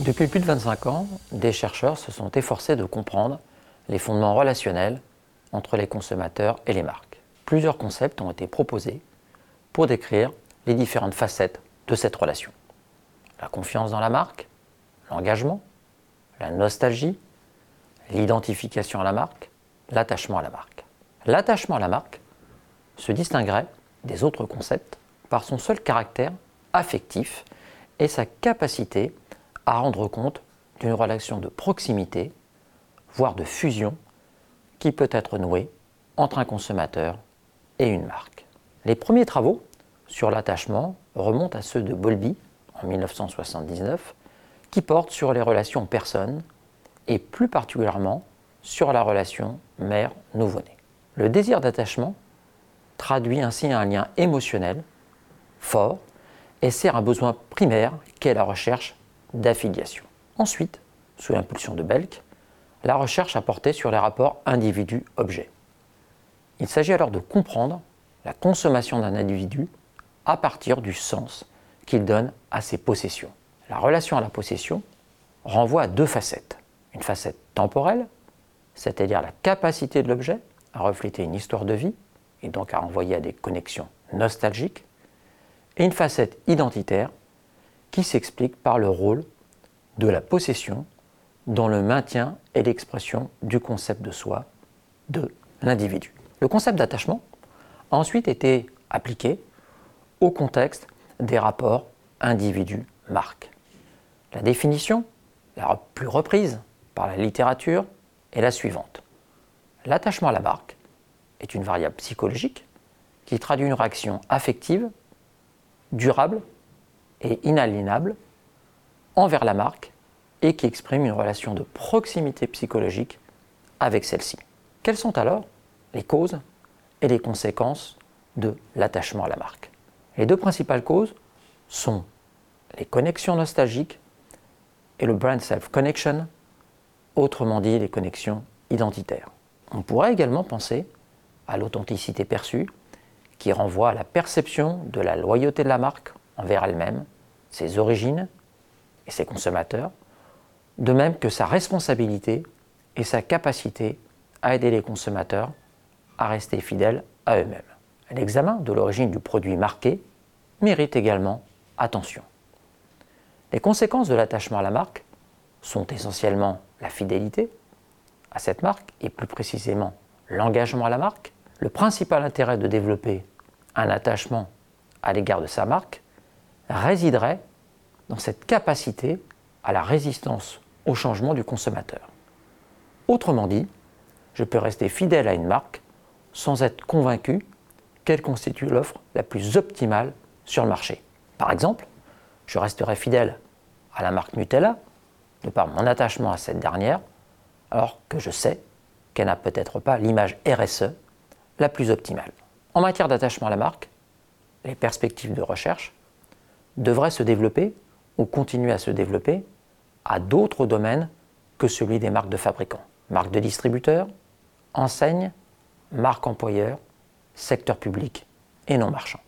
Depuis plus de 25 ans, des chercheurs se sont efforcés de comprendre les fondements relationnels entre les consommateurs et les marques. Plusieurs concepts ont été proposés pour décrire les différentes facettes de cette relation. La confiance dans la marque, l'engagement, la nostalgie, l'identification à la marque, l'attachement à la marque. L'attachement à la marque se distinguerait des autres concepts par son seul caractère affectif et sa capacité à rendre compte d'une relation de proximité, voire de fusion, qui peut être nouée entre un consommateur et une marque. Les premiers travaux sur l'attachement remontent à ceux de Bowlby en 1979, qui portent sur les relations personnes et plus particulièrement sur la relation mère-nouveau-né. Le désir d'attachement traduit ainsi un lien émotionnel fort et sert un besoin primaire qu'est la recherche d'affiliation. Ensuite, sous l'impulsion de Belk, la recherche a porté sur les rapports individu-objet. Il s'agit alors de comprendre la consommation d'un individu à partir du sens qu'il donne à ses possessions. La relation à la possession renvoie à deux facettes. Une facette temporelle, c'est-à-dire la capacité de l'objet à refléter une histoire de vie et donc à renvoyer à des connexions nostalgiques, et une facette identitaire qui s'explique par le rôle de la possession dans le maintien et l'expression du concept de soi de l'individu. Le concept d'attachement a ensuite été appliqué au contexte des rapports individu-marque. La définition, la plus reprise par la littérature, est la suivante. L'attachement à la marque est une variable psychologique qui traduit une réaction affective, durable et inaliénable envers la marque et qui exprime une relation de proximité psychologique avec celle-ci. Quelles sont alors les causes et les conséquences de l'attachement à la marque? Les deux principales causes sont les connexions nostalgiques et le brand self-connection, autrement dit les connexions identitaires. On pourrait également penser à l'authenticité perçue qui renvoie à la perception de la loyauté de la marque envers elle-même, ses origines et ses consommateurs, de même que sa responsabilité et sa capacité à aider les consommateurs à rester fidèles à eux-mêmes. L'examen de l'origine du produit marqué mérite également attention. Les conséquences de l'attachement à la marque sont essentiellement la fidélité à cette marque et plus précisément l'engagement à la marque. Le principal intérêt de développer un attachement à l'égard de sa marque résiderait dans cette capacité à la résistance au changement du consommateur. Autrement dit, je peux rester fidèle à une marque sans être convaincu qu'elle constitue l'offre la plus optimale sur le marché. Par exemple, je resterai fidèle à la marque Nutella de par mon attachement à cette dernière, alors que je sais qu'elle n'a peut-être pas l'image RSE la plus optimale. En matière d'attachement à la marque, les perspectives de recherche devraient se développer ou continuer à se développer à d'autres domaines que celui des marques de fabricants. Marques de distributeurs, enseignes, marques employeurs, secteur public et non marchand.